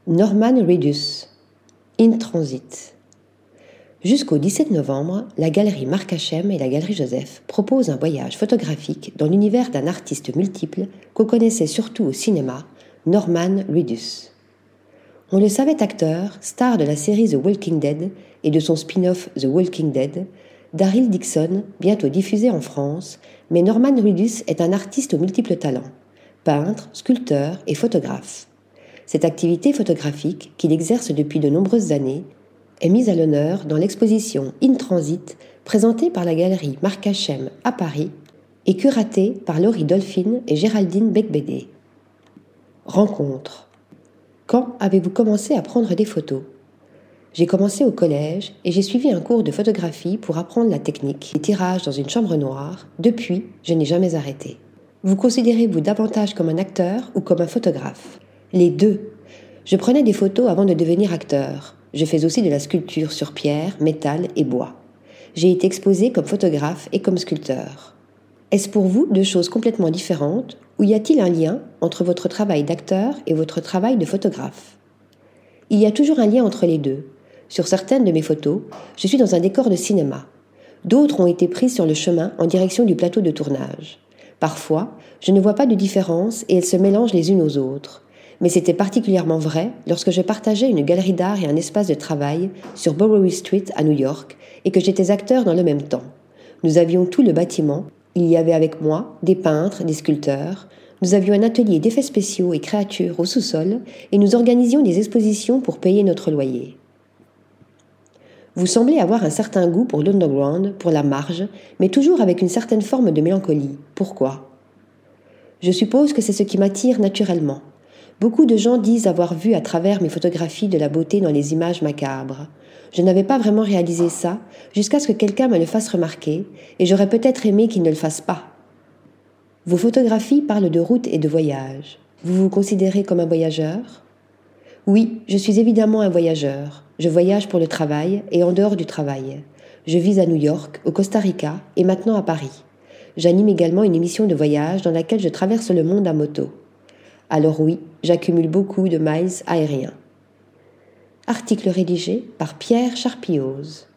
Norman Reedus, In Transit. Jusqu'au 17 novembre, la galerie Marc Hachem et la galerie Joseph proposent un voyage photographique dans l'univers d'un artiste multiple qu'on connaissait surtout au cinéma, Norman Reedus. On le savait acteur, star de la série The Walking Dead et de son spin-off The Walking Dead, Daryl Dixon, bientôt diffusé en France, mais Norman Reedus est un artiste aux multiples talents, peintre, sculpteur et photographe. Cette activité photographique, qu'il exerce depuis de nombreuses années, est mise à l'honneur dans l'exposition In Transit, présentée par la galerie Marc Hachem à Paris et curatée par Laurie Dolphin et Géraldine Becbédé. Rencontre. Quand avez-vous commencé à prendre des photos ? J'ai commencé au collège et j'ai suivi un cours de photographie pour apprendre la technique des tirages dans une chambre noire. Depuis, je n'ai jamais arrêté. Vous considérez-vous davantage comme un acteur ou comme un photographe ? Les deux. Je prenais des photos avant de devenir acteur. Je fais aussi de la sculpture sur pierre, métal et bois. J'ai été exposé comme photographe et comme sculpteur. Est-ce pour vous deux choses complètement différentes ou y a-t-il un lien entre votre travail d'acteur et votre travail de photographe ? Il y a toujours un lien entre les deux. Sur certaines de mes photos, je suis dans un décor de cinéma. D'autres ont été prises sur le chemin en direction du plateau de tournage. Parfois, je ne vois pas de différence et elles se mélangent les unes aux autres. Mais c'était particulièrement vrai lorsque je partageais une galerie d'art et un espace de travail sur Bowery Street à New York et que j'étais acteur dans le même temps. Nous avions tout le bâtiment, il y avait avec moi des peintres, des sculpteurs, nous avions un atelier d'effets spéciaux et créatures au sous-sol et nous organisions des expositions pour payer notre loyer. Vous semblez avoir un certain goût pour l'underground, pour la marge, mais toujours avec une certaine forme de mélancolie. Pourquoi ? Je suppose que c'est ce qui m'attire naturellement. Beaucoup de gens disent avoir vu à travers mes photographies de la beauté dans les images macabres. Je n'avais pas vraiment réalisé ça jusqu'à ce que quelqu'un me le fasse remarquer et j'aurais peut-être aimé qu'il ne le fasse pas. Vos photographies parlent de route et de voyage. Vous vous considérez comme un voyageur ? Oui, je suis évidemment un voyageur. Je voyage pour le travail et en dehors du travail. Je vis à New York, au Costa Rica et maintenant à Paris. J'anime également une émission de voyage dans laquelle je traverse le monde à moto. Alors oui, j'accumule beaucoup de miles aériens. Article rédigé par Pierre Charpillose.